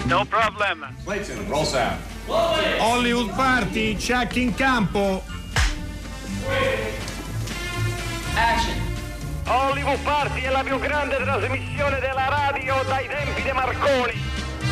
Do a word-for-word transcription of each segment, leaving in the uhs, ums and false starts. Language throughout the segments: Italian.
No problem. Clayton, roll sound. Hollywood Party, check in campo. Action. Hollywood Party è la più grande trasmissione della radio dai tempi di Marconi.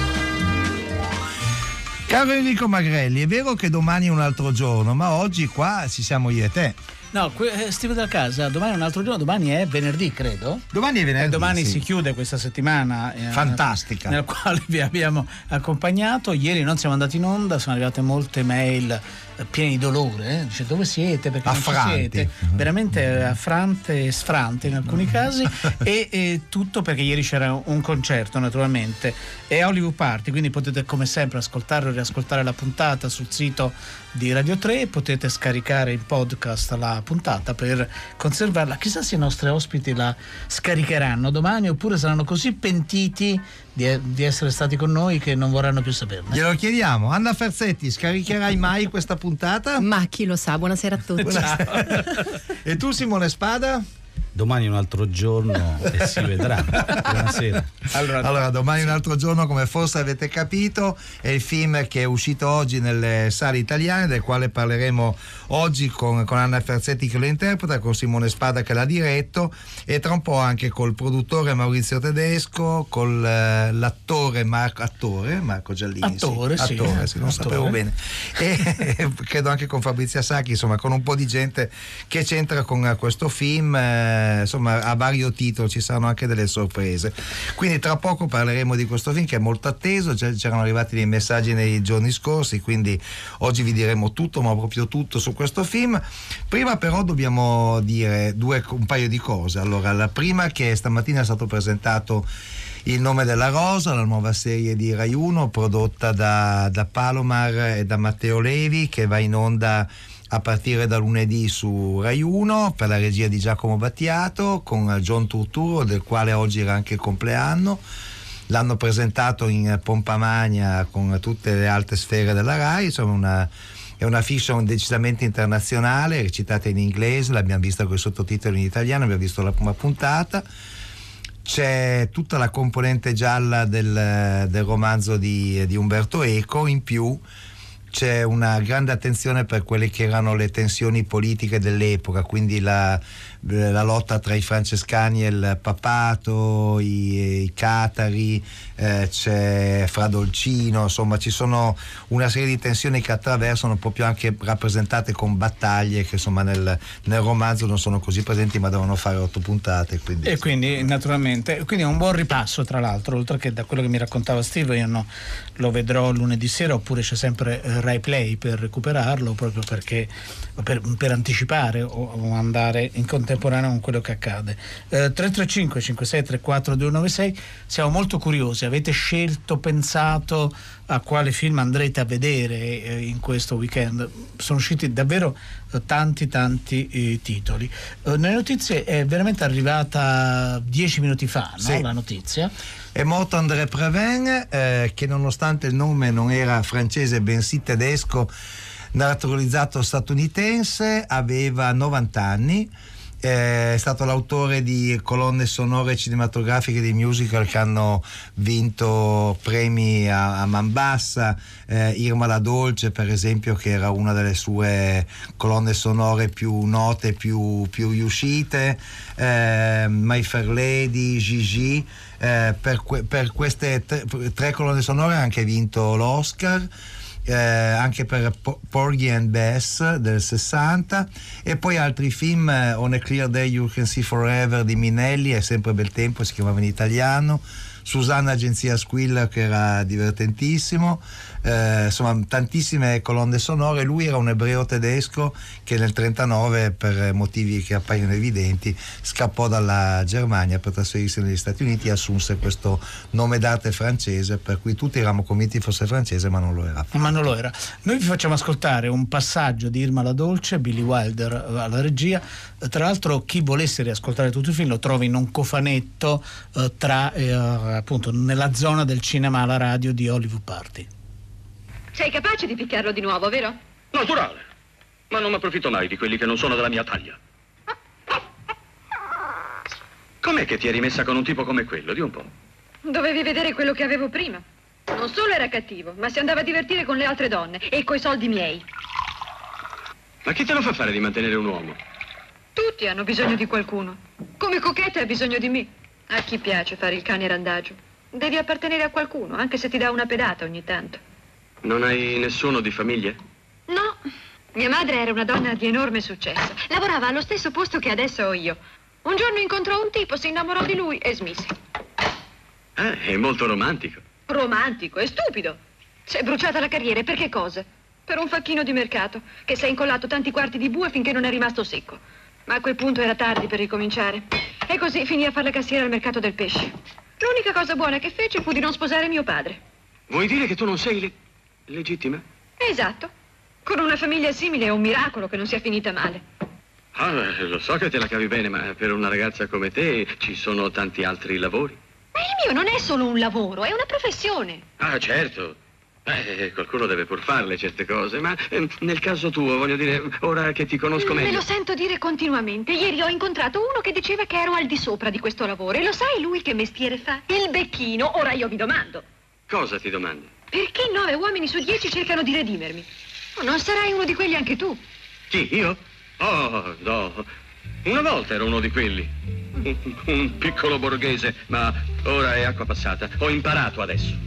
Caro Enrico Magrelli, è vero che domani è un altro giorno, ma oggi qua ci siamo io e te. No, eh, Steve da casa, domani è un altro giorno, domani è venerdì, credo. Domani è venerdì. E domani sì. si chiude questa settimana eh, fantastica nel quale vi abbiamo accompagnato. Ieri non siamo andati in onda, sono arrivate molte mail eh, piene di dolore, eh. Dice dove siete? Perché affranti. Non ci siete. Veramente affrante e sfrante in alcuni casi e, e tutto perché ieri c'era un concerto naturalmente. È Hollywood Party, quindi potete come sempre ascoltare o riascoltare la puntata sul sito di Radio tre, potete scaricare in podcast la puntata per conservarla. Chissà se i nostri ospiti la scaricheranno domani oppure saranno così pentiti di, di essere stati con noi che non vorranno più saperne. Glielo chiediamo. Anna Ferzetti, scaricherai mai questa puntata? Ma chi lo sa, buonasera a tutti. Buonasera. E tu Simone Spada? Domani è un altro giorno e si vedrà. Buonasera. Allora, allora, domani è un altro giorno, come forse avete capito, è il film che è uscito oggi nelle sale italiane, del quale parleremo oggi con, con Anna Ferzetti che lo interpreta, con Simone Spada che l'ha diretto e tra un po' anche col produttore Maurizio Tedesco, con l'attore Marco, attore, Marco Giallini. Attore, sì. sì. Attore, sì, non attore. sapevo bene. E credo anche con Fabrizia Sacchi, insomma, con un po' di gente che c'entra con questo film. Eh, insomma, a vario titolo ci saranno anche delle sorprese, quindi tra poco parleremo di questo film che è molto atteso. Già c'erano arrivati dei messaggi nei giorni scorsi, quindi oggi vi diremo tutto, ma proprio tutto su questo film. Prima però dobbiamo dire due, un paio di cose. Allora, la prima, che stamattina è stato presentato Il nome della rosa, la nuova serie di Rai uno prodotta da, da Palomar e da Matteo Levi, che va in onda a partire da lunedì su Rai uno per la regia di Giacomo Battiato, con John Turturro, del quale oggi era anche il compleanno. L'hanno presentato in pompa magna con tutte le alte sfere della Rai, insomma una, è una fiction decisamente internazionale, recitata in inglese, l'abbiamo vista con i sottotitoli in italiano, abbiamo visto la prima puntata. C'è tutta la componente gialla del, del romanzo di, di Umberto Eco, in più c'è una grande attenzione per quelle che erano le tensioni politiche dell'epoca, quindi la, la lotta tra i francescani e il papato, i, i catari, eh, c'è Fra Dolcino, insomma ci sono una serie di tensioni che attraversano, proprio anche rappresentate con battaglie che insomma nel, nel romanzo non sono così presenti, ma devono fare otto puntate. Quindi, e quindi naturalmente, quindi è un buon ripasso, tra l'altro, oltre che da quello che mi raccontava Steve, io no, lo vedrò lunedì sera, oppure c'è sempre eh, Rai Play per recuperarlo, proprio perché per, per anticipare o, o andare in contemporanea con quello che accade. eh, tre tre cinque cinque sei tre quattro due nove sei, siamo molto curiosi. Avete scelto, pensato a quale film andrete a vedere eh, in questo weekend? Sono usciti davvero eh, tanti tanti eh, titoli. Eh, nelle notizie è veramente arrivata dieci minuti fa, no? Sì. La notizia è morto André Previn, eh, che nonostante il nome non era francese bensì tedesco naturalizzato statunitense, aveva novanta anni. È stato l'autore di colonne sonore cinematografiche di musical che hanno vinto premi a, a man bassa, eh, Irma la Dolce per esempio, che era una delle sue colonne sonore più note, più, più riuscite, eh, My Fair Lady, Gigi, eh, per, que- per queste tre, tre colonne sonore ha anche vinto l'Oscar. Eh, anche per Porgy and Bess del sessanta, e poi altri film, eh, On a Clear Day You Can See Forever di Minelli, È sempre bel tempo, si chiamava in italiano, Susanna Agenzia Squilla, che era divertentissimo, eh, insomma tantissime colonne sonore. Lui era un ebreo tedesco che nel trentanove, per motivi che appaiono evidenti, scappò dalla Germania per trasferirsi negli Stati Uniti e assunse questo nome d'arte francese, per cui tutti eravamo convinti fosse francese, ma non lo era. Ma non lo era. Noi vi facciamo ascoltare un passaggio di Irma la Dolce, Billy Wilder alla regia. Tra l'altro, chi volesse riascoltare tutto il film lo trovi in un cofanetto eh, tra eh, appunto nella zona del cinema alla radio di Hollywood Party. Sei capace di picchiarlo di nuovo, vero? Naturale, ma non mi approfitto mai di quelli che non sono della mia taglia. Com'è che ti eri messa con un tipo come quello? Di un po'. Dovevi vedere quello che avevo prima. Non solo era cattivo, ma si andava a divertire con le altre donne e coi soldi miei. Ma chi te lo fa fare di mantenere un uomo? Tutti hanno bisogno di qualcuno. Come Coquette ha bisogno di me. A chi piace fare il cane randagio? Devi appartenere a qualcuno, anche se ti dà una pedata ogni tanto. Non hai nessuno di famiglia? No. Mia madre era una donna di enorme successo. Lavorava allo stesso posto che adesso ho io. Un giorno incontrò un tipo, si innamorò di lui e smise. Ah, è molto romantico. Romantico e stupido. Si è bruciata la carriera, e per che cosa? Per un facchino di mercato, che si è incollato tanti quarti di bue finché non è rimasto secco. Ma a quel punto era tardi per ricominciare. E così finì a fare la cassiera al mercato del pesce. L'unica cosa buona che fece fu di non sposare mio padre. Vuoi dire che tu non sei le... legittima? Esatto. Con una famiglia simile è un miracolo che non sia finita male. Ah, lo so che te la cavi bene, ma per una ragazza come te ci sono tanti altri lavori. Ma il mio non è solo un lavoro, è una professione. Ah, certo. Eh, qualcuno deve pur farle certe cose, ma eh, nel caso tuo, voglio dire, ora che ti conosco meglio... Me lo sento dire continuamente. Ieri ho incontrato uno che diceva che ero al di sopra di questo lavoro. E lo sai lui che mestiere fa? Il becchino. Ora io mi domando. Cosa ti domandi? Perché nove uomini su dieci cercano di redimermi? Oh, non sarai uno di quelli anche tu? Chi, io? Oh, no. Una volta ero uno di quelli. Un, un piccolo borghese, ma ora è acqua passata. Ho imparato adesso.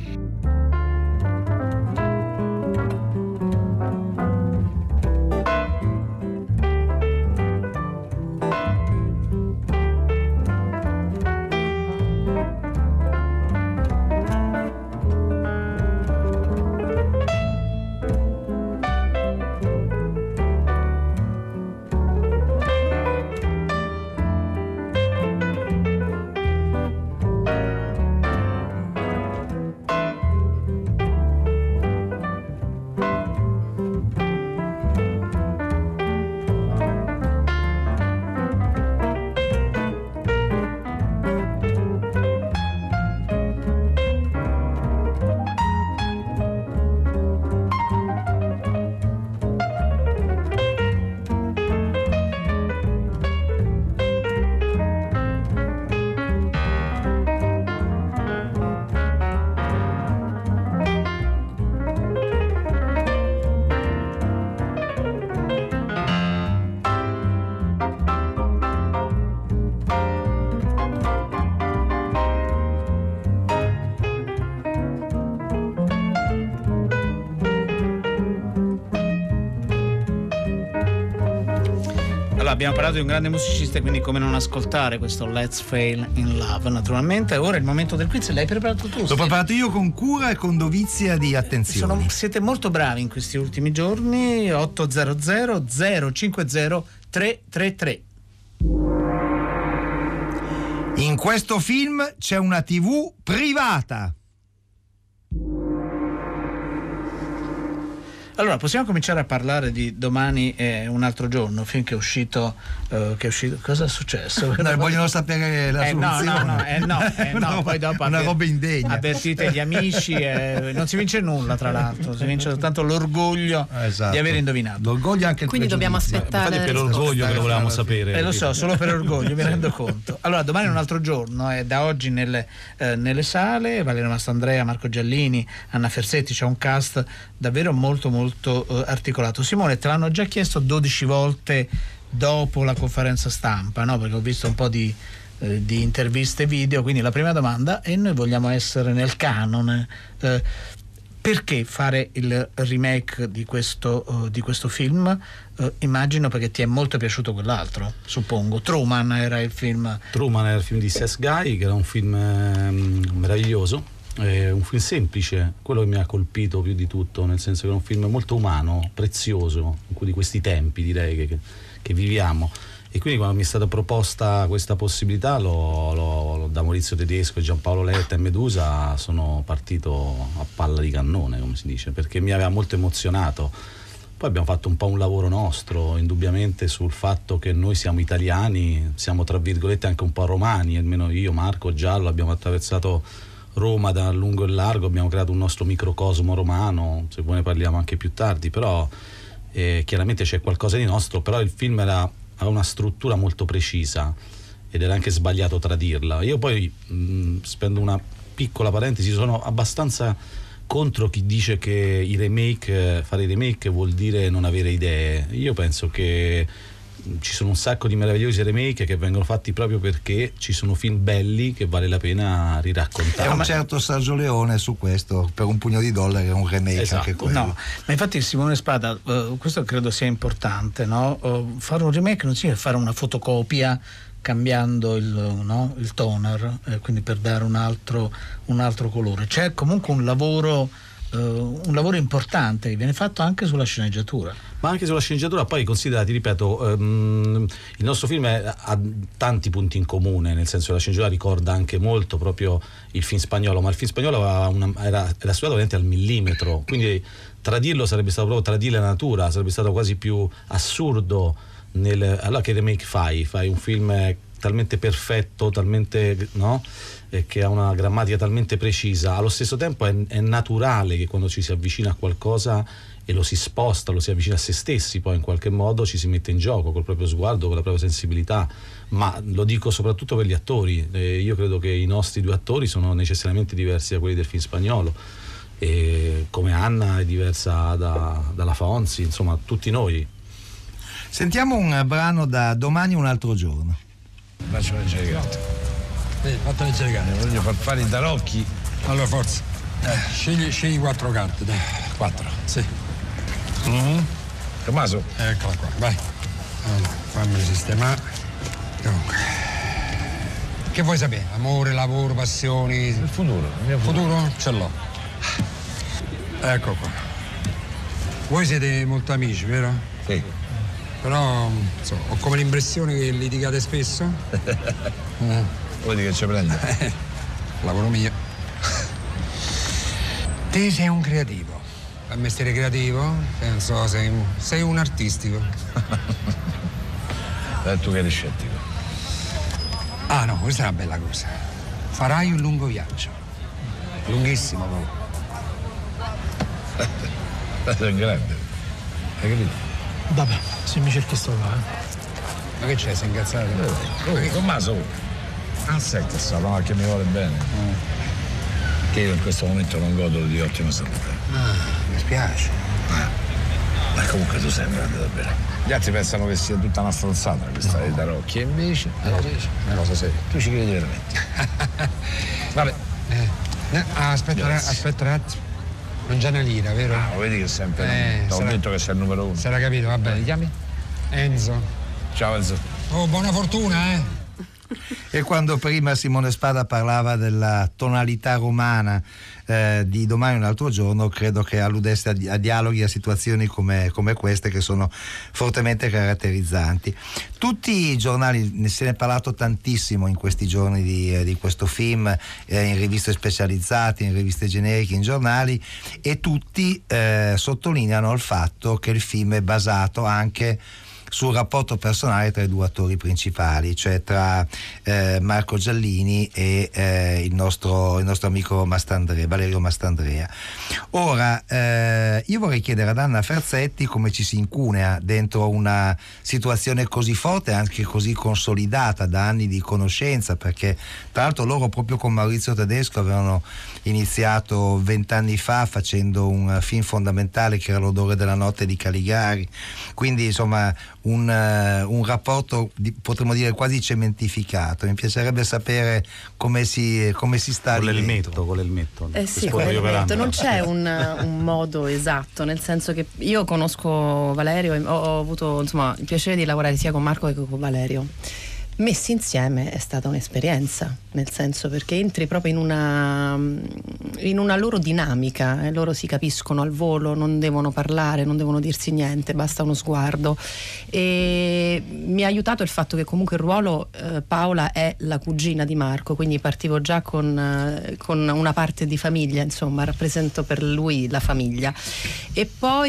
Abbiamo parlato di un grande musicista, quindi come non ascoltare questo Let's Fail in Love, naturalmente. Ora è il momento del quiz. L'hai preparato tu? L'ho preparato io con cura e con dovizia di attenzione. Sono, siete molto bravi in questi ultimi giorni. Ottocento zero cinquanta tre tre tre. In questo film c'è una tivù privata. Allora, possiamo cominciare a parlare di Domani è un altro giorno, film che è uscito, uh, che è uscito. Cosa è successo? No, vogliono sapere la eh, soluzione. No, no, no, eh, no, eh, no una poi dopo una avver- roba indegna. Avvertite gli amici, eh, non si vince nulla, tra l'altro, si vince soltanto l'orgoglio esatto. di aver indovinato. L'orgoglio anche il Quindi dobbiamo aspettare. Infatti per orgoglio che lo volevamo sapere. Eh, lo so, solo per orgoglio, mi rendo conto. Allora, Domani è un altro giorno, è da oggi nelle, eh, nelle sale. Valerio Mastandrea, Marco Giallini, Anna Fersetti, c'è un cast davvero molto molto eh, articolato. Simone, te l'hanno già chiesto dodici volte dopo la conferenza stampa, no? Perché ho visto un po' di, eh, di interviste video, quindi la prima domanda, e noi vogliamo essere nel canone, eh, perché fare il remake di questo, uh, di questo film? Uh, immagino perché ti è molto piaciuto quell'altro, suppongo. Truman era il film. Truman era il film di Seth Guy, che era un film eh, meraviglioso, eh, un film semplice, quello che mi ha colpito più di tutto, nel senso che era un film molto umano, prezioso, di questi tempi direi che, che, che viviamo. E quindi quando mi è stata proposta questa possibilità, lo, lo, lo, da Maurizio Tedesco, Giampaolo Letta e Medusa, sono partito a palla di cannone, come si dice, perché mi aveva molto emozionato. Poi abbiamo fatto un po' un lavoro nostro, indubbiamente, sul fatto che noi siamo italiani, siamo tra virgolette anche un po' romani, almeno io, Marco, Giallo, abbiamo attraversato Roma da lungo e largo, abbiamo creato un nostro microcosmo romano, se poi ne parliamo anche più tardi, però eh, chiaramente c'è qualcosa di nostro, però il film era ha una struttura molto precisa ed era anche sbagliato tradirla. Io poi mh, spendo una piccola parentesi, sono abbastanza contro chi dice che i remake, fare i remake vuol dire non avere idee. Io penso che ci sono un sacco di meravigliosi remake che vengono fatti proprio perché ci sono film belli che vale la pena riraccontare. È un certo Sergio Leone su questo, per un pugno di dollari è un remake, esatto, anche quello. No, ma infatti Simone Spada, uh, questo credo sia importante, no? Uh, fare un remake non significa fare una fotocopia cambiando il, no? il toner, eh, quindi per dare un altro, un altro colore. C'è comunque un lavoro Uh, un lavoro importante che viene fatto anche sulla sceneggiatura. Ma anche sulla sceneggiatura, poi considerati, ripeto, um, il nostro film è, ha tanti punti in comune, nel senso che la sceneggiatura ricorda anche molto proprio il film spagnolo, ma il film spagnolo aveva una, era, era studiato veramente al millimetro, quindi tradirlo sarebbe stato proprio tradire la natura, sarebbe stato quasi più assurdo. Nel, allora che remake fai? Fai un film talmente perfetto, talmente, no? Eh, che ha una grammatica talmente precisa. Allo stesso tempo è, è naturale che quando ci si avvicina a qualcosa e lo si sposta, lo si avvicina a se stessi, poi in qualche modo ci si mette in gioco col proprio sguardo, con la propria sensibilità. Ma lo dico soprattutto per gli attori. Eh, io credo che i nostri due attori sono necessariamente diversi da quelli del film spagnolo. E come Anna è diversa da, dalla Fonzi, insomma tutti noi. Sentiamo un brano da Domani un altro giorno. Faccio leggere le carte. Eh, fatto leggere le carte. Voglio far fare i tarocchi. Allora, forza. Eh, scegli, scegli quattro carte, dai. Quattro? Sì. Mm-hmm. Tommaso? Eccola qua, vai. Allora, fammeli sistemare. Dunque. Che vuoi sapere? Amore, lavoro, passioni? Il futuro. Il mio futuro. Futuro? Ce l'ho. Ecco qua. Voi siete molto amici, vero? Sì. Però, insomma, ho come l'impressione che litigate spesso. eh. Vuoi dire che ci prende? Lavoro mio. Te sei un creativo. Fai mestiere creativo? Penso sei un, sei un artistico. E tu che eri scettico. Ah no, questa è una bella cosa. Farai un lungo viaggio. Lunghissimo proprio. Sei grande. Hai capito? Vabbè, se mi cerchi sto là, eh. Ma che c'è, sei incazzato? Eh, Tommaso, aspetta, sta, che mi vuole bene. Mm. Che io in questo momento non godo di ottima salute. Ah, mi spiace. Ah. Ma comunque tu sei un grande davvero. Gli altri pensano che sia tutta una stronzata questa no. dei tarocchi, e invece. Me lo, me lo so, sei. Tu ci credi veramente. Vabbè. Eh. Ah, aspetta, Grazie. aspetta un attimo. Non c'è una lira, vero? Ah, vedi che sempre. Eh, Ti ho detto che sei il numero uno. Sarà capito, va bene. Ti chiami? Enzo. Ciao Enzo. Oh, buona fortuna, eh. E quando prima Simone Spada parlava della tonalità romana eh, di Domani un altro giorno, credo che alludesse a, a dialoghi, a situazioni come, come queste, che sono fortemente caratterizzanti. Tutti i giornali, ne se ne è parlato tantissimo in questi giorni di, eh, di questo film, eh, in riviste specializzate, in riviste generiche, in giornali, e tutti eh, sottolineano il fatto che il film è basato anche sul rapporto personale tra i due attori principali, cioè tra eh, Marco Giallini e eh, il, nostro, il nostro amico Mastandrea, Valerio Mastandrea. Ora, eh, io vorrei chiedere ad Anna Ferzetti come ci si incunea dentro una situazione così forte, anche così consolidata da anni di conoscenza, perché tra l'altro loro proprio con Maurizio Tedesco avevano iniziato vent'anni fa facendo un film fondamentale che era L'odore della notte di Caligari, quindi insomma un, uh, un rapporto di, potremmo dire quasi cementificato. Mi piacerebbe sapere come si, come si sta con l'elmetto, con l'elmetto. Eh sì, con l'elmetto. Non c'è un, un modo esatto, nel senso che io conosco Valerio e ho, ho avuto insomma il piacere di lavorare sia con Marco che con Valerio. Messi insieme è stata un'esperienza, nel senso perché entri proprio in una in una loro dinamica, eh, loro si capiscono al volo, non devono parlare, non devono dirsi niente, basta uno sguardo. E mi ha aiutato il fatto che comunque il ruolo, eh, Paola è la cugina di Marco, quindi partivo già con, eh, con una parte di famiglia, insomma rappresento per lui la famiglia. E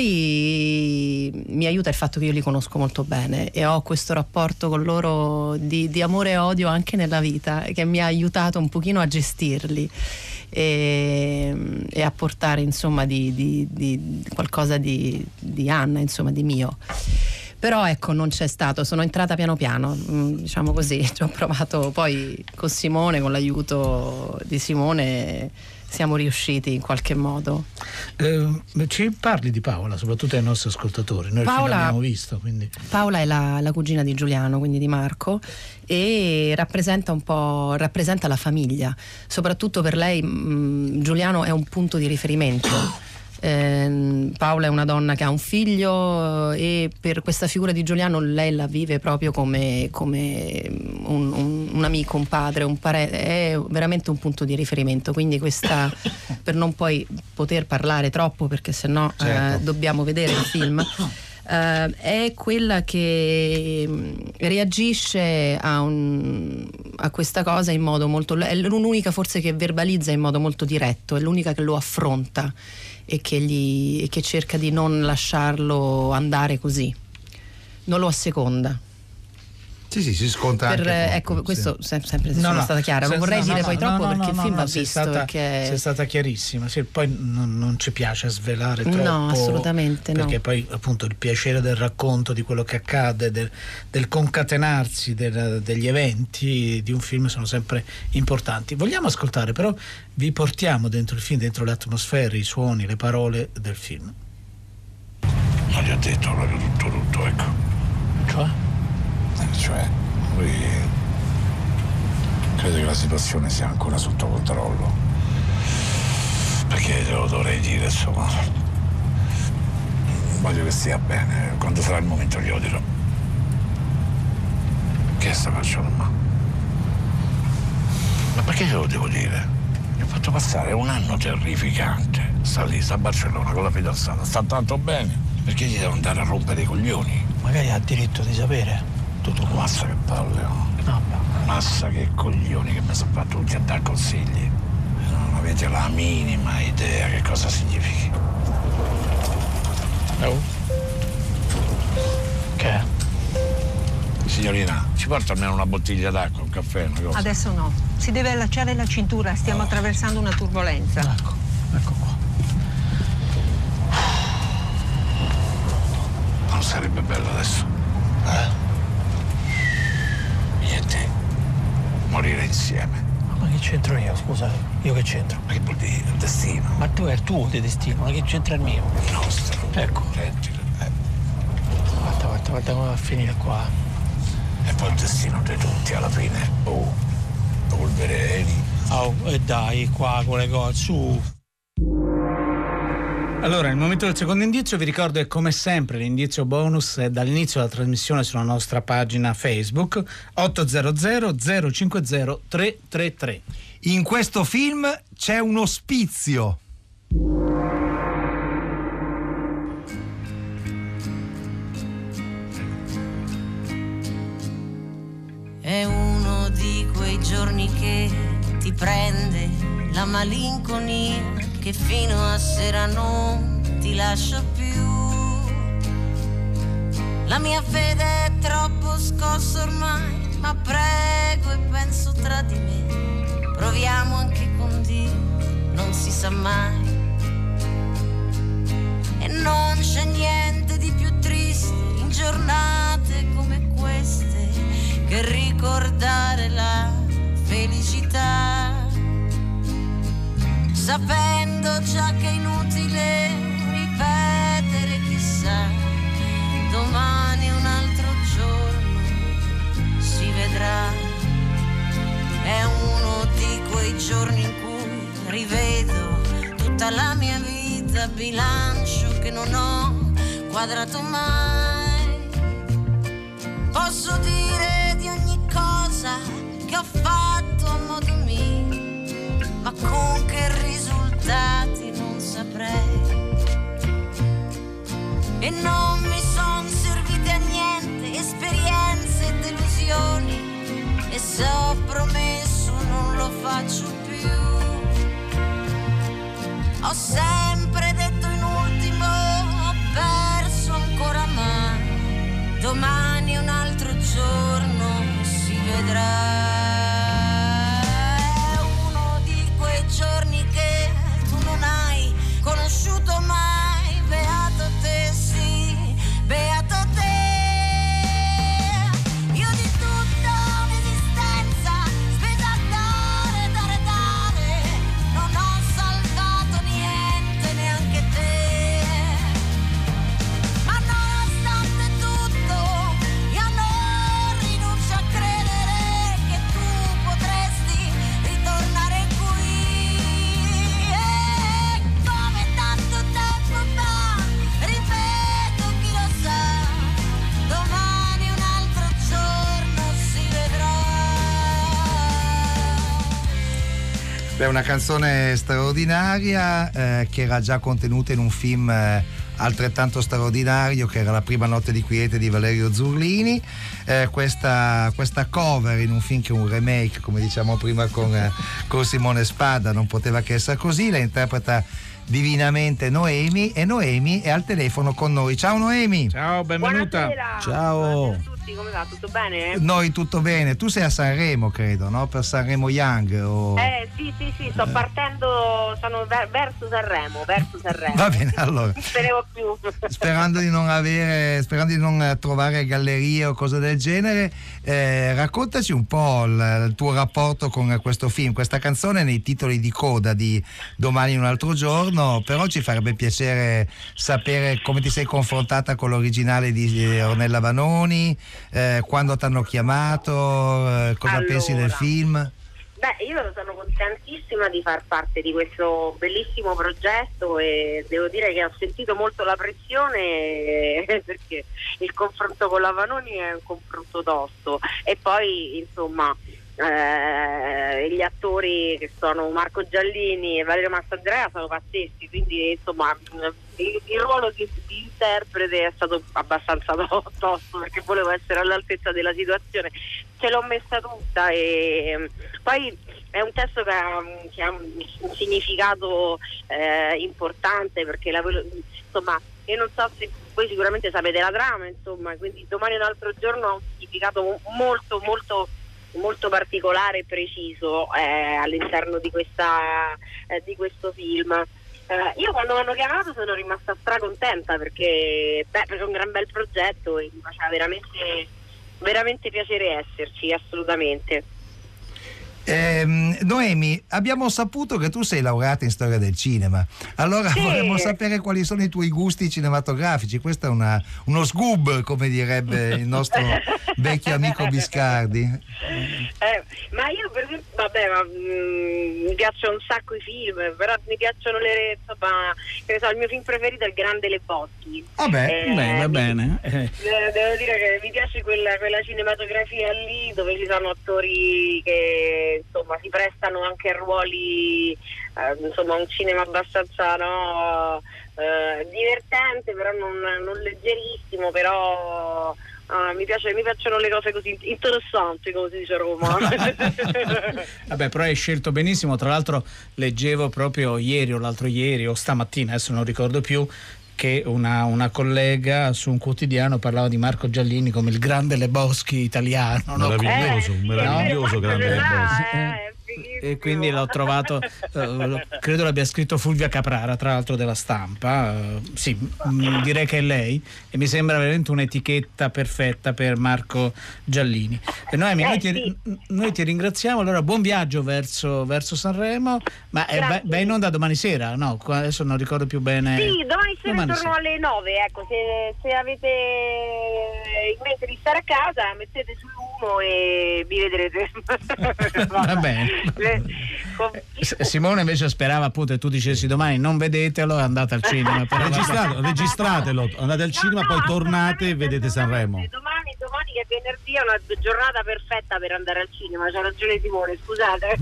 poi mi aiuta il fatto che io li conosco molto bene e ho questo rapporto con loro di, di amore e odio anche nella vita, che mi ha aiutato un pochino a gestirli e, e a portare insomma di, di, di qualcosa di, di Anna, insomma di mio. Però ecco, non c'è stato, sono entrata piano piano, diciamo così, ci ho provato poi con Simone, con l'aiuto di Simone siamo riusciti in qualche modo. Eh, ci parli di Paola, soprattutto ai nostri ascoltatori, noi Paola, l'abbiamo visto. Quindi. Paola è la, la cugina di Giuliano, quindi di Marco, e rappresenta un po', rappresenta la famiglia, soprattutto per lei mh, Giuliano è un punto di riferimento. Eh, Paola è una donna che ha un figlio e per questa figura di Giuliano lei la vive proprio come, come un, un, un amico, un padre, un parente, è veramente un punto di riferimento, quindi questa, per non poi poter parlare troppo perché sennò certo. eh, dobbiamo vedere il film, eh, è quella che reagisce a, un, a questa cosa in modo molto, è l'unica forse che verbalizza in modo molto diretto, è l'unica che lo affronta e che, gli, e che cerca di non lasciarlo andare così, non lo asseconda. Sì, sì, si scontra per, anche ecco, poco, questo sì. sempre se no, sono no, stata chiara, non vorrei no, dire no, poi no, troppo no, perché no, il no, film no, va sei visto stata, perché... sei stata chiarissima, sì, poi non, non ci piace svelare troppo, no, assolutamente perché no. poi appunto il piacere del racconto di quello che accade, del, del concatenarsi del, degli eventi di un film sono sempre importanti. Vogliamo ascoltare, però vi portiamo dentro il film, dentro le atmosfere, i suoni, le parole del film. Non gli ho detto proprio tutto tutto, ecco. Cioè? Eh, cioè, lui crede che la situazione sia ancora sotto controllo. Perché glielo dovrei dire, insomma. Voglio che stia bene, quando sarà il momento glielo dirò. Che sta facendo, ma? Ma perché glielo devo dire? Mi ha fatto passare un anno terrificante. Sta lì, sta a Barcellona con la fidanzata, sta tanto bene. Perché gli devo andare a rompere i coglioni? Magari ha diritto di sapere tutto qua. Massa che palle, oh. No, Massa che coglioni che mi sono fatto tutti a dare consigli. Non avete la minima idea che cosa significhi. Oh. Che è? Signorina, ci porta almeno una bottiglia d'acqua, un caffè, una cosa? Adesso no. Si deve allacciare la cintura, stiamo oh. attraversando una turbolenza. Ecco, ecco qua. Non sarebbe bello adesso? Eh? Niente. Morire insieme. Ma che c'entro io, scusa? Io che c'entro? Ma che vuol dire? Il destino. Ma tu è il tuo di destino, ma che c'entra il mio? Il nostro. Ecco. Reggilo. Eh. Guarda, guarda, guarda come va a finire qua. E poi il destino di tutti alla fine. Oh, polvereni. Oh, e dai, qua con le cose, su. Allora, il momento del secondo indizio, vi ricordo che come sempre l'indizio bonus è dall'inizio della trasmissione sulla nostra pagina Facebook otto zero zero zero cinque zero tre tre tre. In questo film c'è un ospizio. È uno di quei giorni che ti prende la malinconia, che fino a sera non ti lascia più. La mia fede è troppo scossa ormai, ma prego e penso tra di me. Proviamo anche con Dio, non si sa mai. E non c'è niente di più triste in giornate come queste che ricordare la felicità, sapendo già che è inutile ripetere chissà, domani un altro giorno si vedrà. È uno di quei giorni in cui rivedo tutta la mia vita, bilancio che non ho quadrato mai. Posso dire di ogni cosa che ho fatto a modo mio, ma con che risultati non saprei. E non mi son servite a niente esperienze e delusioni, e se ho promesso non lo faccio più. Ho sempre detto in ultimo, ho perso ancora mai, domani un altro giorno si vedrà. Giorni che tu non hai conosciuto mai, beato te, sì, beato te. Beh, una canzone straordinaria eh, che era già contenuta in un film eh, altrettanto straordinario, che era La prima notte di quiete di Valerio Zurlini. Eh, questa, questa cover in un film che è un remake, come diciamo prima con, eh, con Simone Spada, non poteva che essere così. La interpreta divinamente Noemi, e Noemi è al telefono con noi. Ciao Noemi. Ciao, benvenuta. Buonasera. Ciao. Buonasera a tutti, come va? Tutto bene? Noi tutto bene. Tu sei a Sanremo, credo, no? Per Sanremo Young o... Eh sì, sì, sì, sto partendo, sono ver- verso Sanremo, verso Sanremo. Va bene, allora. Non speriamo più. Sperando di non avere, sperando di non trovare gallerie o cose del genere, eh, raccontaci un po' il, il tuo rapporto con questo film. Questa canzone nei titoli di coda di Domani un altro giorno, però ci farebbe piacere sapere come ti sei confrontata con l'originale di Ornella Vanoni, eh, quando ti hanno chiamato, eh, cosa Allora. pensi del film? Beh, io sono contentissima di far parte di questo bellissimo progetto e devo dire che ho sentito molto la pressione perché il confronto con la Vanoni è un confronto tosto, e poi insomma eh, gli attori che sono Marco Giallini e Valerio Mastandrea sono pazzeschi, quindi insomma il, il ruolo di, di interprete è stato abbastanza tosto perché volevo essere all'altezza della situazione, ce l'ho messa tutta, e poi è un testo che ha, che ha un significato eh, importante perché la, insomma io non so se voi sicuramente sapete la trama, insomma, quindi Domani un altro giorno ha un significato molto molto molto particolare e preciso eh, all'interno di questa eh, di questo film. Eh, io quando mi hanno chiamato sono rimasta stracontenta perché beh, perché è un gran bel progetto e mi faceva veramente veramente piacere esserci, assolutamente. Eh, Noemi, abbiamo saputo che tu sei laureata in storia del cinema, allora sì. Vorremmo sapere quali sono i tuoi gusti cinematografici. Questo è una, uno scoop, come direbbe il nostro vecchio amico Biscardi. Eh, ma io per esempio, vabbè, ma, mh, mi piacciono un sacco i film, però mi piacciono le, insomma, che ne so, il mio film preferito è Il Grande Le Boschi. Vabbè, eh, beh, va mi, bene. Eh. Devo dire che mi piace quella, quella cinematografia lì dove ci sono attori che insomma si prestano anche a ruoli, eh, insomma un cinema abbastanza no, eh, divertente, però non, non leggerissimo, però ah, mi, piace, mi piacciono le cose così interessanti, come si dice a Roma. Vabbè, però hai scelto benissimo. Tra l'altro leggevo proprio ieri o l'altro ieri o stamattina, adesso non ricordo più, che una, una collega su un quotidiano parlava di Marco Giallini come il grande Le Boschi italiano, meraviglioso, no? meraviglioso, no? grande Le Boschi. Eh, E quindi l'ho trovato, eh, credo l'abbia scritto Fulvia Caprara, tra l'altro della Stampa, eh, sì, mh, direi che è lei, e mi sembra veramente un'etichetta perfetta per Marco Giallini. E noi, noi, ti, noi ti ringraziamo, allora buon viaggio verso, verso Sanremo, ma eh, vai, vai in onda domani sera, no? Adesso non ricordo più bene. Sì, domani sera domani intorno sera. alle nove, ecco, se, se avete in mente di stare a casa mettete sull'uno e vi vedrete. Va bene. Simone invece sperava appunto che tu dicessi domani non vedetelo, andate al cinema. Però Registrato, registratelo, andate al cinema, no, poi no, tornate e vedete Sanremo. Domani, domani che è venerdì è una giornata perfetta per andare al cinema, c'ha ragione Simone, scusate.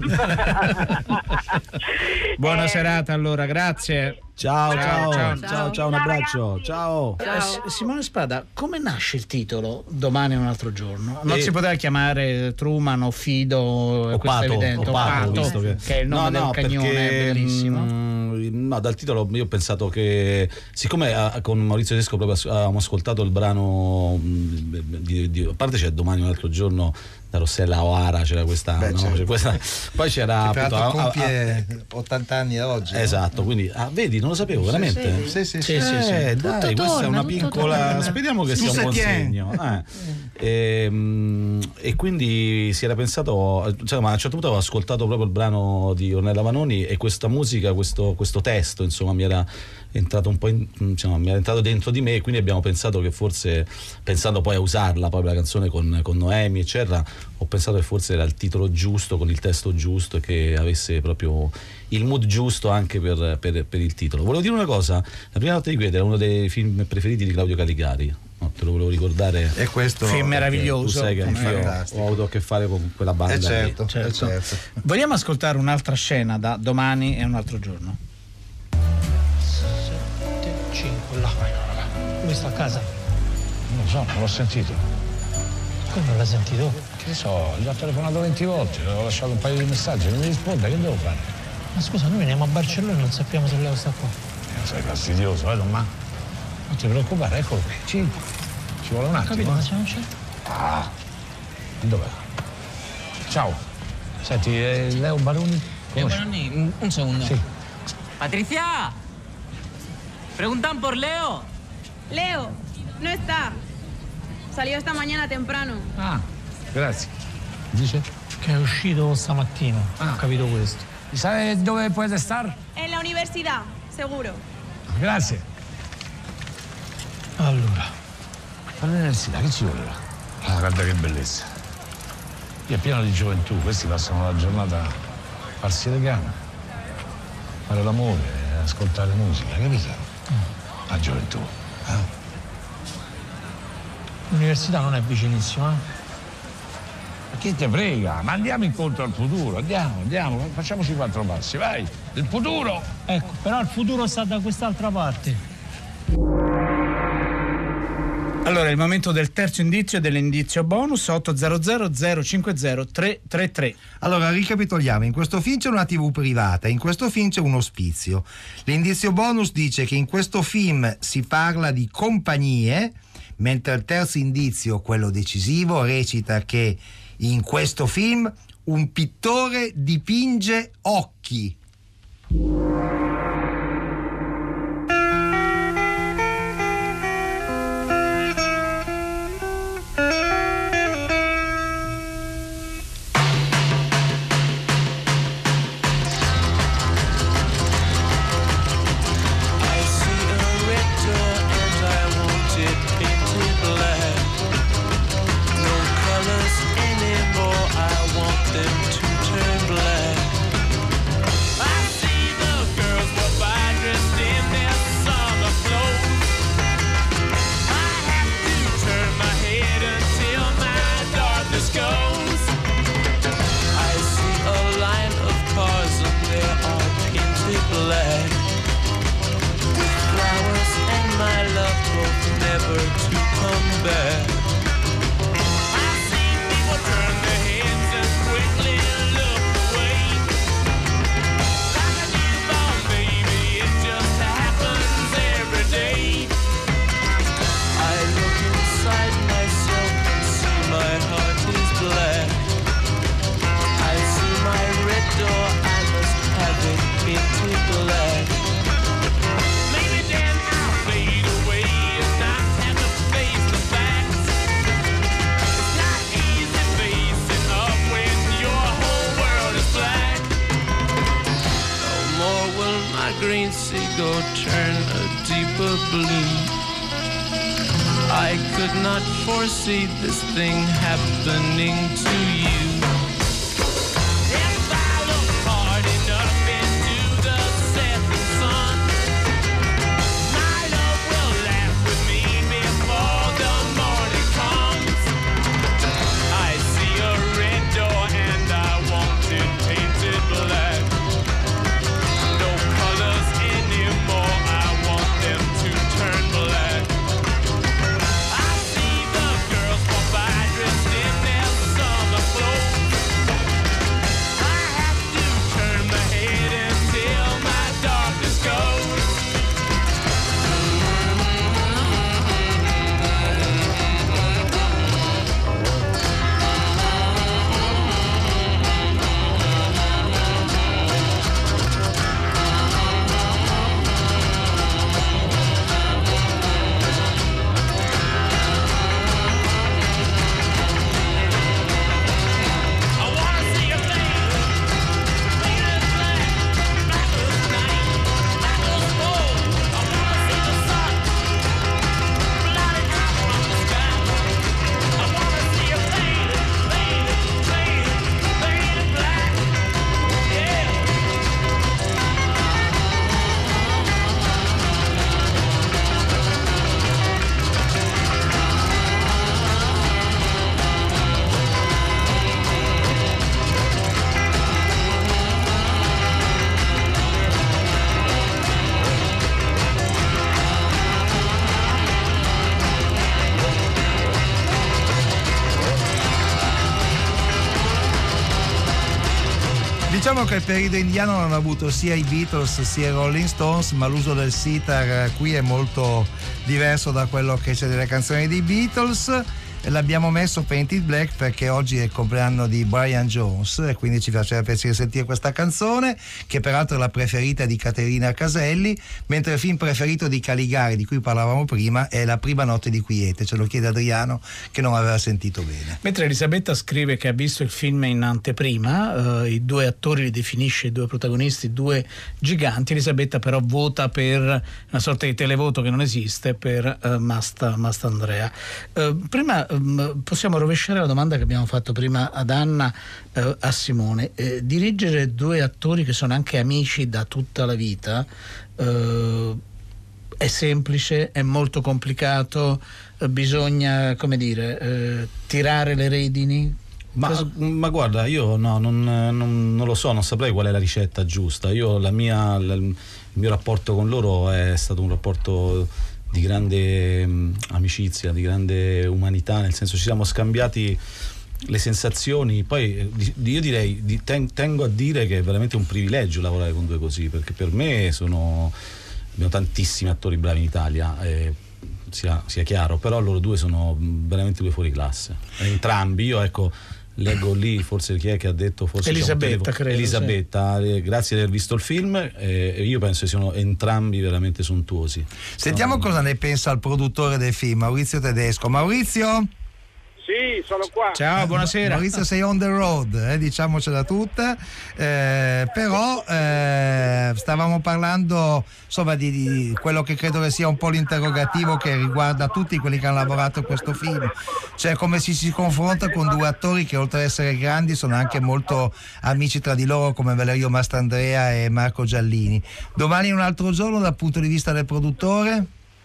Buona eh, serata allora, grazie. Ciao, ciao, ciao, ciao, ciao, ciao, un abbraccio, ciao. Eh, Simone Spada, come nasce il titolo Domani un altro giorno? Non Eh. si poteva chiamare Truman o Fido, O questo è Pato, evidente, o o Pato, Pato, visto che... che è il nome no, del no, cagnone, perché, è bellissimo. mm, no, dal titolo io ho pensato che, siccome ah, con Maurizio Tedesco proprio as- avevamo ascoltato il brano, mm, di, di, a parte c'è Domani un altro giorno da Rossella O'Hara, c'era questa, Beh, no? certo. C'è questa, poi c'era Che peraltro appunto, ah, ah, compie ottanta anni oggi. esatto, quindi ah, vedi, non lo sapevo veramente. Sì, sì, sì. Eh, sì, sì. dai, Tutto questa torna, è una tutto piccola. torna. Speriamo che Tu sia un se buon tieni. segno. Eh. E, e quindi si era pensato, cioè, ma a un certo punto avevo ascoltato proprio il brano di Ornella Vanoni e questa musica, questo, questo testo, insomma, mi era entrato un po' in, insomma, mi era entrato dentro di me, e quindi abbiamo pensato che forse, pensando poi a usarla proprio la canzone con, con Noemi eccetera, ho pensato che forse era il titolo giusto con il testo giusto e che avesse proprio il mood giusto anche per, per, per il titolo. Volevo dire una cosa: La prima notte di quiete era uno dei film preferiti di Claudio Caligari, No, te lo volevo ricordare. E questo film meraviglioso. Tu sai che anch'io fantastico. ho avuto a che fare con quella banda. Eh certo, lì. Certo. eh certo. Vogliamo ascoltare un'altra scena da Domani e un altro giorno? sette, cinque, là. Lui sta a casa. Non lo so, non l'ho sentito. Come non l'ha sentito? Che so, gli ho telefonato venti volte, ho lasciato un paio di messaggi, non mi risponde, che devo fare? Ma scusa, noi veniamo a Barcellona e non sappiamo se Leo sta qua. Eh, sei fastidioso, eh, non ma. Non ti preoccupare, eccolo qui. Ci, ci vuole un attimo. Capito, eh. ma se non c'è? Ah, dov'è? Ciao. Senti, eh, Leo Baroni? Leo Baroni, un, un segundo. Sì. Patricia, preguntan por Leo. Leo, no está. Salió esta mañana temprano. Ah, grazie. Dice? Che è uscito stamattina. Ah, ho capito questo. Sai dove può stare? En la universidad, seguro. Grazie. Allora. All'università, che ci voleva? Ah, guarda che bellezza. Qui è pieno di gioventù, questi passano la giornata a farsi le gambe, fare l'amore, ascoltare musica, capito? Mm. La gioventù. Eh? L'università non è vicinissima, eh? Ma chi te frega? Ma andiamo incontro al futuro, andiamo, andiamo, facciamoci quattro passi, vai! Il futuro! Ecco, però il futuro sta da quest'altra parte. Allora, il momento del terzo indizio e dell'indizio bonus. Otto zero zero zero cinque zero tre tre tre. Allora, ricapitoliamo. In questo film c'è una tivù privata, in questo film c'è un ospizio. L'indizio bonus dice che in questo film si parla di compagnie, mentre il terzo indizio, quello decisivo, recita che in questo film un pittore dipinge occhi. I could not foresee this thing happening to you. If I look hard enough into the setting sun, my love will laugh with me before the morning comes. I see a red door and I want it painted black. No colors anymore, I want them to turn black. I see the girls walk by dressed in their summer clothes. Diciamo che il periodo indiano non ha avuto sia i Beatles sia i Rolling Stones, ma l'uso del sitar qui è molto diverso da quello che c'è nelle canzoni dei Beatles. L'abbiamo messo Painted Black perché oggi è il compleanno di Brian Jones e quindi ci faceva piacere sentire questa canzone, che peraltro è la preferita di Caterina Caselli, mentre il film preferito di Caligari, di cui parlavamo prima, è La prima notte di quiete. Ce lo chiede Adriano, che non aveva sentito bene. Mentre Elisabetta scrive che ha visto il film in anteprima, eh, i due attori li definisce, i due protagonisti, due giganti. Elisabetta però vota per una sorta di televoto che non esiste per eh, Masta, Mastandrea. Eh, prima possiamo rovesciare la domanda che abbiamo fatto prima ad Anna, eh, a Simone. Eh, dirigere due attori che sono anche amici da tutta la vita eh, è semplice, è molto complicato, eh, bisogna, come dire, eh, tirare le redini? Ma, Cosa... ma guarda, io no, non, non, non lo so, non saprei qual è la ricetta giusta. Io la mia, la, il mio rapporto con loro è stato un rapporto di grande mh, amicizia, di grande umanità, nel senso ci siamo scambiati le sensazioni. Poi di, io direi, di, ten, tengo a dire che è veramente un privilegio lavorare con due così, perché per me sono, abbiamo tantissimi attori bravi in Italia, eh, sia, sia chiaro, però loro due sono veramente due fuori classe, entrambi. Io ecco leggo lì, forse chi è che ha detto, forse Elisabetta, credo, Elisabetta, sì. Grazie di aver visto il film, eh, io penso che siano entrambi veramente sontuosi. Sentiamo no, cosa ne pensa il produttore del film, Maurizio Tedesco. Maurizio? Sì, sono qua. Ciao, buonasera. Maurizio, sei on the road, eh, diciamocela tutta, eh, però eh, stavamo parlando insomma di, di quello che credo che sia un po' l'interrogativo che riguarda tutti quelli che hanno lavorato in questo film, cioè come si si confronta con due attori che oltre ad essere grandi sono anche molto amici tra di loro, come Valerio Mastandrea e Marco Giallini. Domani è un altro giorno dal punto di vista del produttore?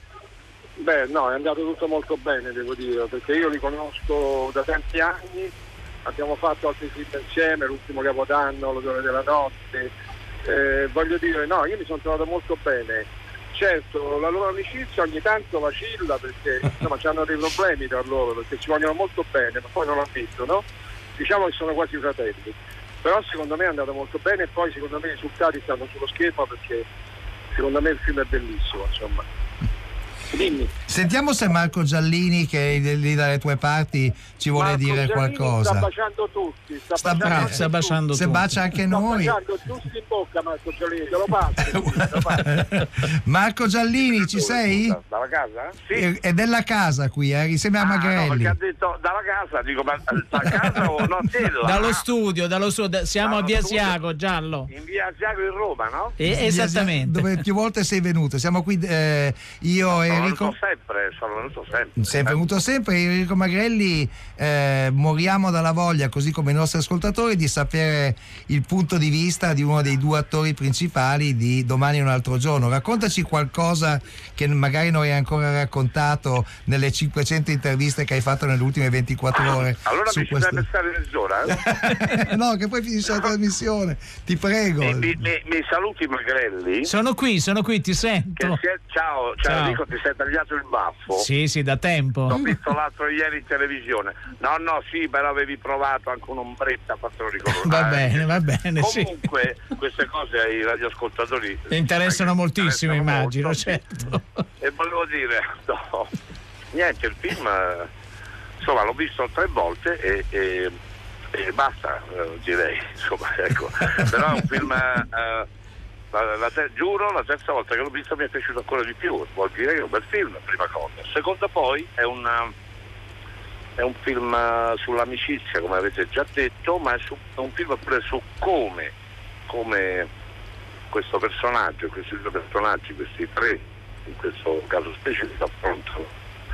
Beh, no, è andato tutto molto bene, devo dire, perché io li conosco da tanti anni, abbiamo fatto altri film insieme, l'ultimo Capodanno, L'odore della notte, eh, voglio dire, no, io mi sono trovato molto bene. Certo, la loro amicizia ogni tanto vacilla perché insomma hanno dei problemi tra loro, perché ci vogliono molto bene, ma poi non l'ho visto, no? Diciamo che sono quasi fratelli, però secondo me è andato molto bene e poi secondo me i risultati stanno sullo schermo perché secondo me il film è bellissimo, insomma. Dimmi. Sentiamo se Marco Giallini, che è lì dalle tue parti, ci vuole Marco dire Giallini qualcosa. Sta baciando tutti, sta, sta, baciando, eh, sta baciando tutti. se bacia anche sta noi. Sta baciando giusto in bocca Marco Giallini, te lo passo. Marco Giallini, ci sei? Dalla casa? Sì. È, è della casa qui, eh? Insieme a Ah, Magrelli. no, perché ha detto dalla casa, dico ma da casa o no? Sì, là. Dallo studio, dallo studio, siamo Dallo a Via studio. Siago, Giallo. In via Asiago in Roma, no? Eh, esattamente. Dove più volte sei venuto. Siamo qui eh, io e Sono Enrico. venuto sempre, sono venuto sempre. Sei venuto sempre, Enrico Magrelli, eh, moriamo dalla voglia, così come i nostri ascoltatori, di sapere il punto di vista di uno dei due attori principali di Domani è un altro giorno. Raccontaci qualcosa che magari non hai ancora raccontato nelle cinquecento interviste che hai fatto nelle ultime ventiquattro ore. Allora su mi questo... ci deve stare mezz'ora, eh? No, che poi finisce la trasmissione, ti prego. Mi, mi, mi, mi saluti Magrelli? Sono qui, sono qui, ti sento. Che si è, ciao, ciao, Ciao. Enrico, ti sei tagliato il baffo? Sì, sì, da tempo. L'ho visto l'altro ieri in televisione. No, no, sì, però avevi provato anche un'ombretta, fatelo ricordare. Va bene, va bene, sì. Comunque, queste cose ai radioascoltatori Interessano moltissimo, interessano immagino, molto. certo. E volevo dire, no, niente, il film, eh, insomma, l'ho visto tre volte e, e, e basta, eh, direi, insomma, ecco. Però è un film, eh, la, la te- giuro, la terza volta che l'ho visto mi è piaciuto ancora di più, vuol dire che è un bel film, prima cosa. Seconda poi è una... È un film sull'amicizia, come avete già detto, ma è, su, è un film pure su come, come questo personaggio, questi due personaggi, questi tre, in questo caso specifico, affrontano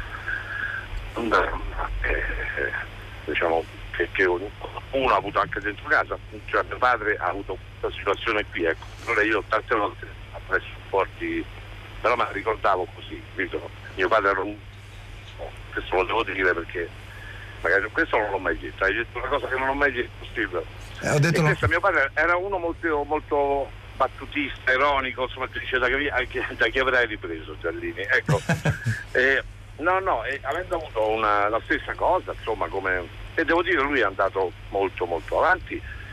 un dramma, eh, diciamo, che, che uno ha avuto anche dentro casa, cioè mio padre ha avuto questa situazione qui, ecco. Allora io tante volte ho preso forti, però me la ricordavo così, capito? Mio padre era un... questo lo devo dire perché magari questo non l'ho mai detto, hai detto una cosa che non ho mai detto, Steve. Eh, ho detto e no. questo mio padre era uno molto, molto battutista, ironico, insomma, dice da chi, anche, da chi avrai ripreso Giallini, ecco. eh, no, no, e avendo avuto una, la stessa cosa, insomma, come, e devo dire lui è andato molto molto avanti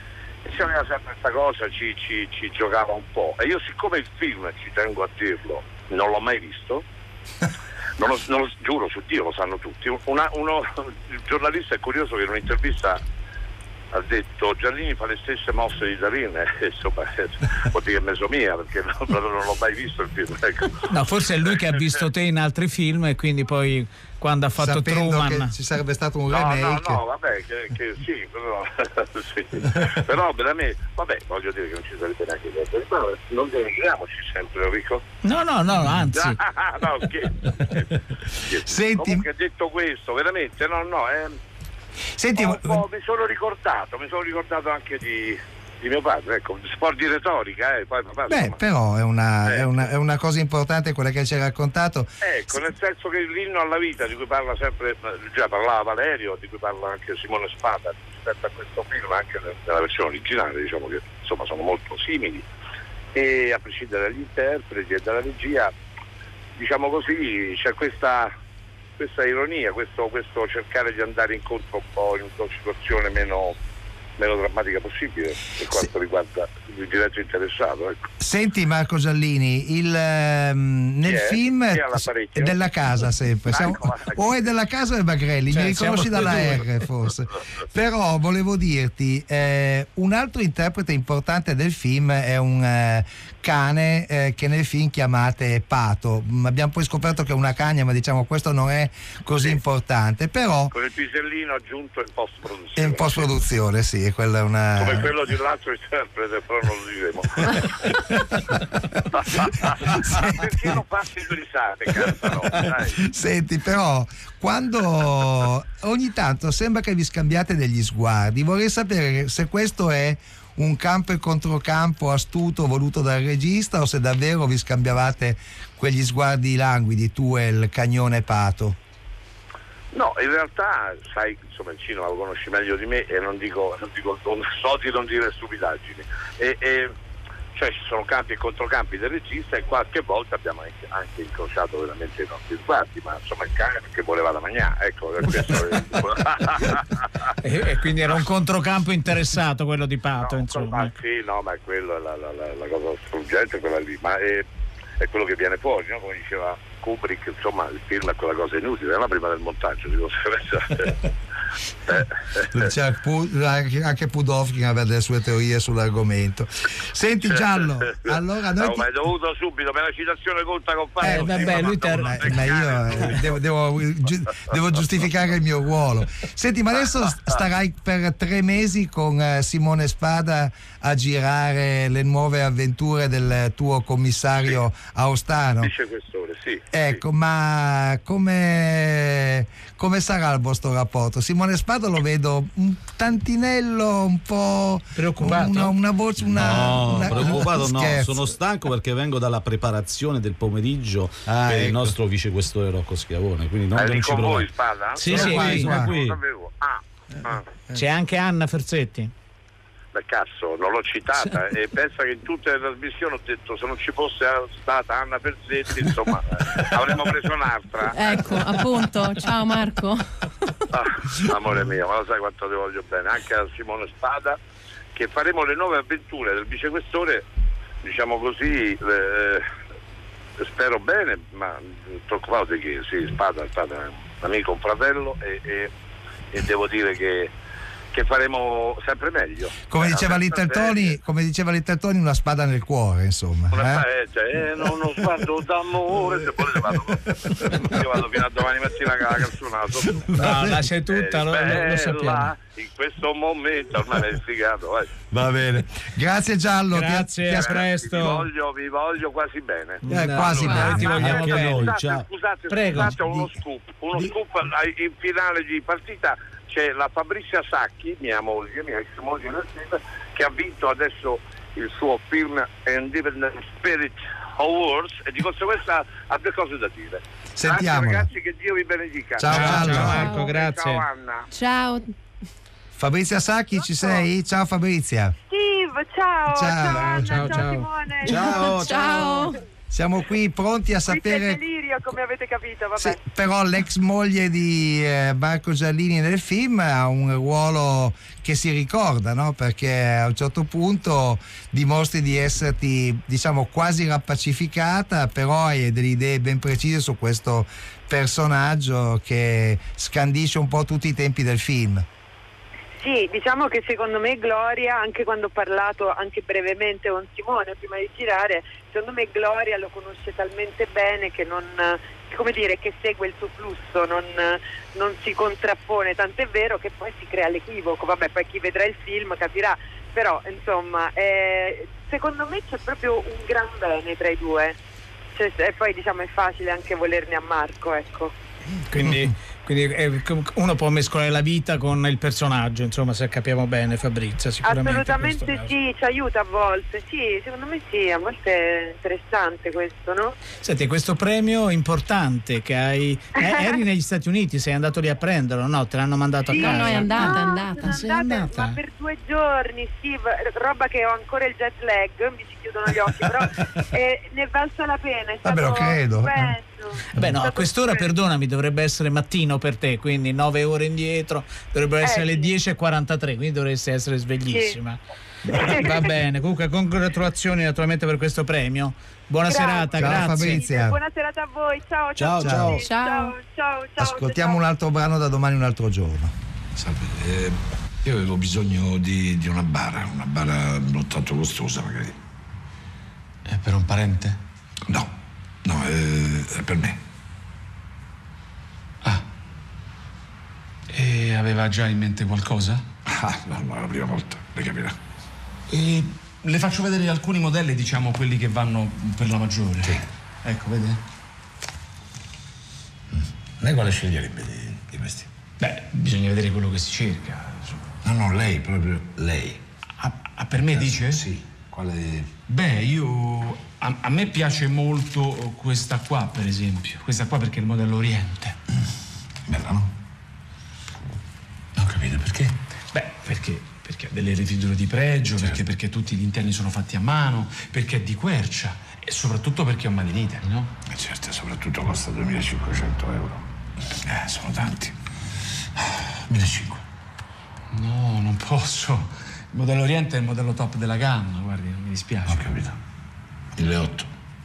e si aveva sempre questa cosa, ci, ci, ci giocava un po'. E io, siccome il film, ci tengo a dirlo, non l'ho mai visto, non lo, non lo giuro su Dio, lo sanno tutti. Una, uno, il giornalista è curioso che in un'intervista ha detto Giallini fa le stesse mosse di Darin, e insomma vuol dire che è mesomia, perché non, non l'ho mai visto il film, ecco. No, forse è lui che ha visto te in altri film e quindi poi quando ha fatto Sapendo Truman che ci sarebbe stato un no, remake. no, no, vabbè, che, che sì, però, sì. Però veramente, vabbè, voglio dire che non ci sarebbe neanche niente. No, non denigriamoci sempre, Enrico. No, no, no, anzi. no, scherzo. Senti, comunque, detto questo, veramente, no, no, eh, Senti, un po' mi sono ricordato, mi sono ricordato anche di, di mio padre, ecco, sport di retorica, eh, poi papà, beh, insomma. però è una, Eh. è, una, è una cosa importante quella che ci hai raccontato. Ecco, nel senso che l'inno alla vita di cui parla sempre, già parlava Valerio, di cui parla anche Simone Spada rispetto a questo film, anche nella versione originale, diciamo che insomma sono molto simili, e a prescindere dagli interpreti e dalla regia, diciamo così, c'è questa, questa ironia, questo, questo cercare di andare incontro un po' in una situazione meno, meno drammatica possibile per quanto sì. riguarda il diretto interessato, ecco. Senti Marco Giallini, il, ehm, nel Chi è? film Chi è all'apparecchio? è della casa sempre, siamo, o è della casa o è Bagrelli, Cioè, mi riconosci siamo dalla due. R forse. Però volevo dirti, eh, un altro interprete importante del film è un eh, cane eh, che nel film chiamate Pato. Mm, abbiamo poi scoperto che è una cagna, ma diciamo questo non è così Sì. importante, però Con il pisellino aggiunto in post-produzione. in post-produzione, sì, quella è una... Come quello di l'altro interprete, però non lo diremo. Perché non passi due risate, cazzo, no, dai. Senti, però quando ogni tanto sembra che vi scambiate degli sguardi, vorrei sapere se questo è un campo e controcampo astuto voluto dal regista o se davvero vi scambiavate quegli sguardi languidi, tu e il cagnone Pato. No, in realtà, sai, insomma, il cinema lo conosci meglio di me e non dico, non dico non so di non dire stupidaggini. E, e cioè ci sono campi e controcampi del regista e qualche volta abbiamo anche, anche incrociato veramente i nostri sguardi, ma insomma il cane perché voleva la mangiare, ecco, questo è... e, e quindi era un controcampo interessato quello di Pato, no, insomma. Ma sì, no, ma quello è la, la, la, la cosa struggente, quella lì, ma è, è quello che viene fuori, no? Come diceva Kubrick, insomma il film è quella cosa inutile, è la prima del montaggio di conseguenza. C'è anche Pudovkin aveva delle sue teorie sull'argomento. Senti Giallo, allora noi no, ti... ma è dovuto subito per la citazione colta con Pato. Eh, vabbè, lui ter... ma, ma io eh, devo, devo, gi- devo giustificare il mio ruolo. Senti, ma adesso starai per tre mesi con eh, Simone Spada a girare le nuove avventure del tuo commissario sì. Aostano. Vicequestore, sì. Ecco, sì. ma come, come sarà il vostro rapporto? Simone Spada lo vedo un tantinello un po' preoccupato. Una, una voce, una, no, una, preoccupato no, scherzo. sono stanco perché vengo dalla preparazione del pomeriggio ah, per ecco. il nostro vicequestore Rocco Schiavone. Quindi non, È non lì ci con voi provate. Spada? Sì, sono sì, qua, qui, sono qui. Ah, ah. C'è anche Anna Ferzetti. Beh, cazzo, non l'ho citata e pensa che in tutte le trasmissioni ho detto se non ci fosse stata Anna Ferzetti, insomma, avremmo preso un'altra. Ecco, appunto, ciao Marco. Ah, amore mio, ma lo sai quanto ti voglio bene, anche a Simone Spada, che faremo le nuove avventure del vicequestore, diciamo così, eh, spero bene, ma preoccupato di che, sì, Spada, Spada è un amico, un fratello e, e, e devo dire che che faremo sempre meglio. Come eh, diceva Little Tony, come diceva Little Tony, una spada nel cuore, insomma. Una eh? eh, cioè, eh, non uno sguardo d'amore, se volete vado, io vado fino a domani mattina con la canzonato. No, la c'è tutta, eh, lo, lo, lo sappiamo. In questo momento ormai è sfigato, vai. Va bene. Grazie Giallo. Grazie, ti, a ti presto. Vi voglio, vi voglio quasi bene. Eh, No, quasi no, bene. ti vogliamo Anche bene. noi, Scusate, ciao. scusate, Prego. scusate, uno scoop, uno scoop in finale di partita. C'è la Fabrizia Sacchi, mia moglie, mia ex moglie nel film, che ha vinto adesso il suo film Independent Spirit Awards e di conseguenza ha due cose da dire. Sentiamola. Grazie ragazzi, che Dio vi benedica. Ciao, Ciao, Giallo. ciao Marco, grazie. Ciao Anna. Ciao. Fabrizia Sacchi, ci sei? Ciao Fabrizia. Steve, ciao. Ciao. Ciao, Anna, Ciao, ciao, ciao. Simone. Ciao, Ciao. Siamo qui pronti a Qui c'è sapere delirio. io, come avete capito, vabbè. Sì, però l'ex moglie di eh, Marco Giallini nel film ha un ruolo che si ricorda, no? Perché a un certo punto dimostri di esserti, diciamo, quasi rappacificata, però hai delle idee ben precise su questo personaggio che scandisce un po' tutti i tempi del film. Sì, diciamo che secondo me Gloria, anche quando ho parlato anche brevemente con Simone prima di girare, secondo me Gloria lo conosce talmente bene che non, come dire, che segue il suo flusso, non, non si contrappone, tant'è vero che poi si crea l'equivoco. Vabbè, poi chi vedrà il film capirà, però insomma eh, secondo me c'è proprio un gran bene tra i due, cioè, e poi diciamo è facile anche volerne a Marco, ecco. Quindi, quindi eh, uno può mescolare la vita con il personaggio, insomma, se capiamo bene, Fabrizia, sicuramente. Assolutamente sì, ci aiuta a volte, sì, secondo me sì, a volte è interessante questo, no? Senti, questo premio importante che hai, eh, eri negli Stati Uniti, sei andato lì a prenderlo, no? Te l'hanno mandato sì, a casa? No, no, è andata, è no, andata. Sono andata, andata, ma per due giorni, sì, roba che ho ancora il jet lag, mi si chiudono gli occhi, però eh, ne è valsa la pena, è stato Vabbè, lo credo. stupendo. Beh, no, a quest'ora, perdonami, dovrebbe essere mattino per te, quindi nove ore indietro, dovrebbero essere eh, le dieci e quarantatré, quindi dovresti essere sveglissima. Sì. Va bene, comunque congratulazioni naturalmente per questo premio. Buona grazie. serata, ciao, grazie. Fabrizia. Buona serata a voi, ciao ciao Ciao, ciao. ciao. ciao, ciao, ciao Ascoltiamo ciao. un altro brano da Domani un altro giorno. Salve, eh, io avevo bisogno di, di una bara, una bara non tanto costosa magari. È per un parente? No, no, è, è per me. Ah. E aveva già in mente qualcosa? Ah, no, no, è la prima volta, le capirà. E le faccio vedere alcuni modelli, diciamo quelli che vanno per la maggiore. Sì. Ecco, vede? Mm. Lei quale sceglierebbe di, di questi? Beh, bisogna vedere quello che si cerca. No, no, lei, proprio lei. Ah, ah, per me dice? Sì. Quale... Beh, io... A, a me piace molto questa qua, per esempio. Questa qua perché è il modello Oriente. Mm. Bella, no? Non capite perché? Beh, perché? Perché ha delle rifiniture di pregio, certo. perché, perché tutti gli interni sono fatti a mano, perché è di quercia e soprattutto perché è un made in Italy, no? Eh certo, soprattutto costa duemilacinquecento euro. Eh, sono tanti. millecinquecento. No, non posso. Il modello Oriente è il modello top della gamma, guardi, non mi dispiace. Ho capito. milleottocento.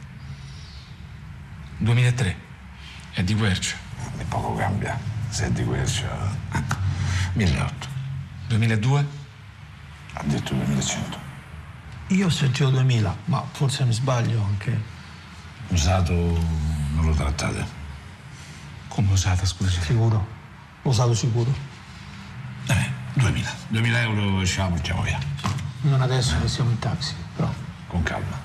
duemilatré. È di quercia. E poco cambia. Se è di quercia. milleottocento. duemiladue? Ha detto duemilacento. Io ho sentito duemila, ma forse mi sbaglio anche. Usato non lo trattate? Come usata, scusi? Sicuro. Usato sicuro. Eh, duemila. duemila euro ce la portiamo via. Non adesso che siamo in taxi, però. Con calma.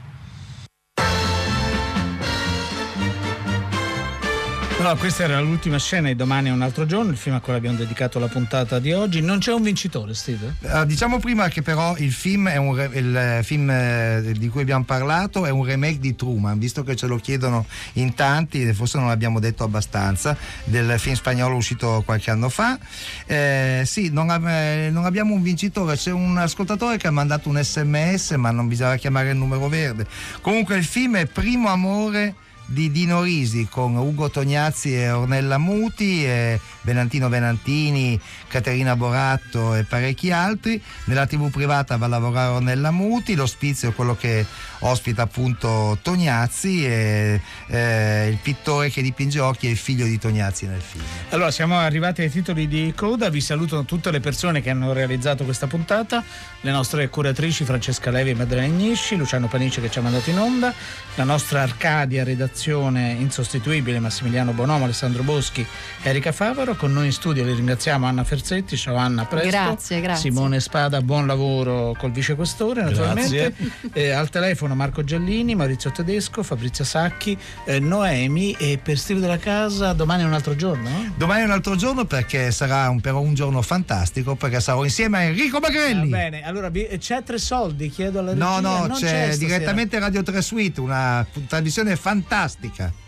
Allora, questa era l'ultima scena di Domani è un altro giorno, il film a cui abbiamo dedicato la puntata di oggi. Non c'è un vincitore, Steve? Uh, diciamo prima che però il film è un re- il film eh, di cui abbiamo parlato è un remake di Truman, visto che ce lo chiedono in tanti, forse non l'abbiamo detto abbastanza, del film spagnolo uscito qualche anno fa. Eh, sì, non, av- non abbiamo un vincitore, c'è un ascoltatore che ha mandato un sms, ma non bisogna chiamare il numero verde. Comunque il film è Primo amore di Dino Risi, con Ugo Tognazzi e Ornella Muti e Venantino Venantini, Caterina Boratto e parecchi altri. Nella tivù privata va a lavorare Ornella Muti, l'ospizio è quello che ospita appunto Tognazzi e eh, il pittore che dipinge occhi è il figlio di Tognazzi nel film. Allora, siamo arrivati ai titoli di coda, vi salutano tutte le persone che hanno realizzato questa puntata, le nostre curatrici Francesca Levi e Maddalena Agnisci, Luciano Panici che ci ha mandato in onda, la nostra Arcadia redazione insostituibile Massimiliano Bonomo, Alessandro Boschi, Erika Favaro. Con noi in studio li ringraziamo Anna Ferzetti, ciao Anna, presto. Grazie, grazie. Simone Spada, buon lavoro col vicequestore naturalmente. Eh, al telefono Marco Giallini, Maurizio Tedesco, Fabrizia Sacchi, eh, Noemi, e per Stile della Casa Domani è un altro giorno? Eh? Domani è un altro giorno perché sarà un, però un giorno fantastico, perché sarò insieme a Enrico Magrelli. Va bene, allora c'è Tre Soldi, chiedo alla regia. No, no, non c'è, c'è direttamente Radio tre Suite, una trasmissione fantastica.